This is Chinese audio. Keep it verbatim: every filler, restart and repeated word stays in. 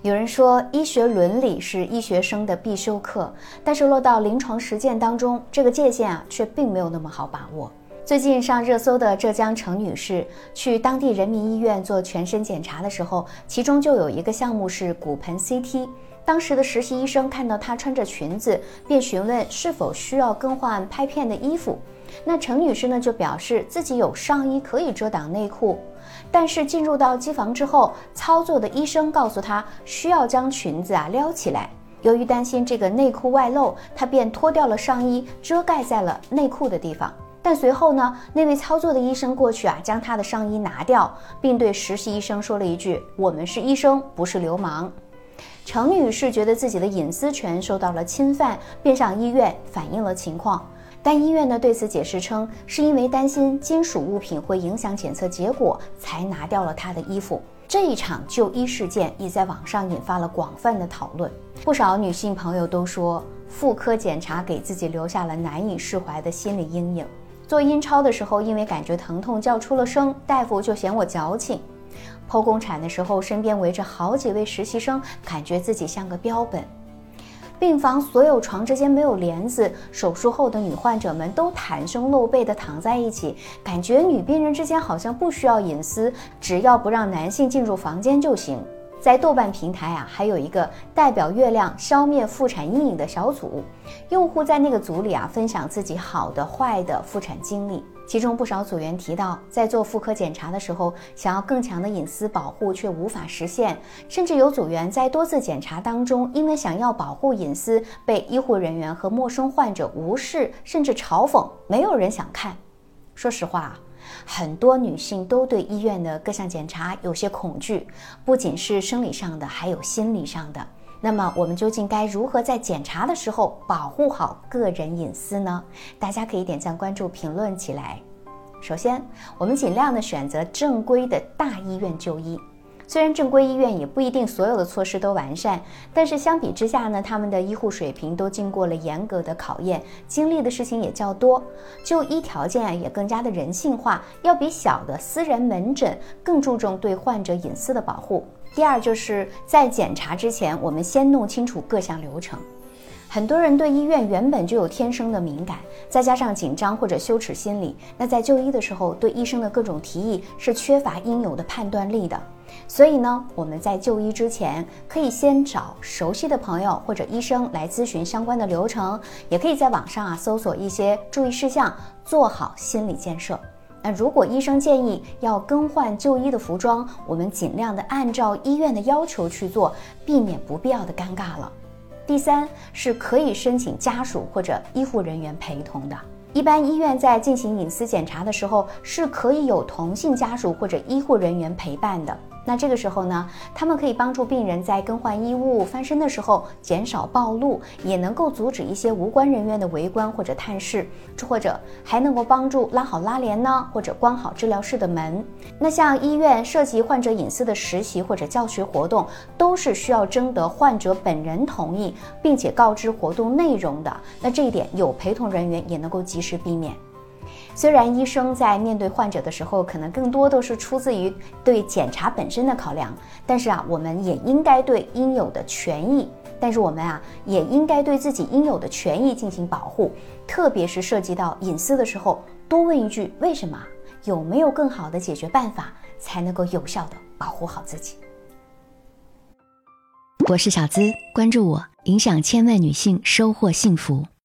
有人说医学伦理是医学生的必修课，但是落到临床实践当中，这个界限啊却并没有那么好把握。最近上热搜的浙江程女士去当地人民医院做全身检查的时候，其中就有一个项目是骨盆 C T。当时的实习医生看到她穿着裙子，便询问是否需要更换拍片的衣服。那程女士呢就表示自己有上衣可以遮挡内裤，但是进入到机房之后，操作的医生告诉她需要将裙子啊撩起来。由于担心这个内裤外露，她便脱掉了上衣，遮盖在了内裤的地方。但随后呢，那位操作的医生过去啊，将她的上衣拿掉，并对实习医生说了一句：“我们是医生，不是流氓。”程女士觉得自己的隐私权受到了侵犯，便向医院反映了情况。但医院呢对此解释称，是因为担心金属物品会影响检测结果，才拿掉了她的衣服。这一场就医事件也在网上引发了广泛的讨论。不少女性朋友都说，妇科检查给自己留下了难以释怀的心理阴影。做阴超的时候，因为感觉疼痛叫出了声，大夫就嫌我矫情。剖宫产的时候，身边围着好几位实习生，感觉自己像个标本。病房所有床之间没有帘子，手术后的女患者们都袒胸露背地躺在一起，感觉女病人之间好像不需要隐私，只要不让男性进入房间就行。在豆瓣平台啊，还有一个代表月亮消灭妇产阴影的小组，用户在那个组里啊分享自己好的坏的妇产经历。其中不少组员提到，在做妇科检查的时候，想要更强的隐私保护却无法实现，甚至有组员在多次检查当中，因为想要保护隐私，被医护人员和陌生患者无视，甚至嘲讽，没有人想看。说实话，很多女性都对医院的各项检查有些恐惧，不仅是生理上的，还有心理上的。那么我们究竟该如何在检查的时候保护好个人隐私呢？大家可以点赞、关注、评论起来。首先，我们尽量的选择正规的大医院就医。虽然正规医院也不一定所有的措施都完善，但是相比之下呢，他们的医护水平都经过了严格的考验，经历的事情也较多，就医条件啊也更加的人性化，要比小的私人门诊更注重对患者隐私的保护。第二，就是在检查之前，我们先弄清楚各项流程。很多人对医院原本就有天生的敏感，再加上紧张或者羞耻心理，那在就医的时候对医生的各种提议是缺乏应有的判断力的。所以呢，我们在就医之前可以先找熟悉的朋友或者医生来咨询相关的流程，也可以在网上啊搜索一些注意事项，做好心理建设。那如果医生建议要更换就医的服装，我们尽量的按照医院的要求去做，避免不必要的尴尬了。第三，是可以申请家属或者医护人员陪同的。一般医院在进行隐私检查的时候，是可以有同性家属或者医护人员陪伴的。那这个时候呢，他们可以帮助病人在更换衣物、翻身的时候减少暴露，也能够阻止一些无关人员的围观或者探视，或者还能够帮助拉好拉帘呢，或者关好治疗室的门。那像医院涉及患者隐私的实习或者教学活动，都是需要征得患者本人同意，并且告知活动内容的。那这一点有陪同人员也能够及时避免。虽然医生在面对患者的时候，可能更多都是出自于对检查本身的考量，但是啊，我们也应该对应有的权益，但是我们啊，也应该对自己应有的权益进行保护，特别是涉及到隐私的时候，多问一句为什么，有没有更好的解决办法，才能够有效的保护好自己。 我是小资，关注我，影响千万女性，收获幸福。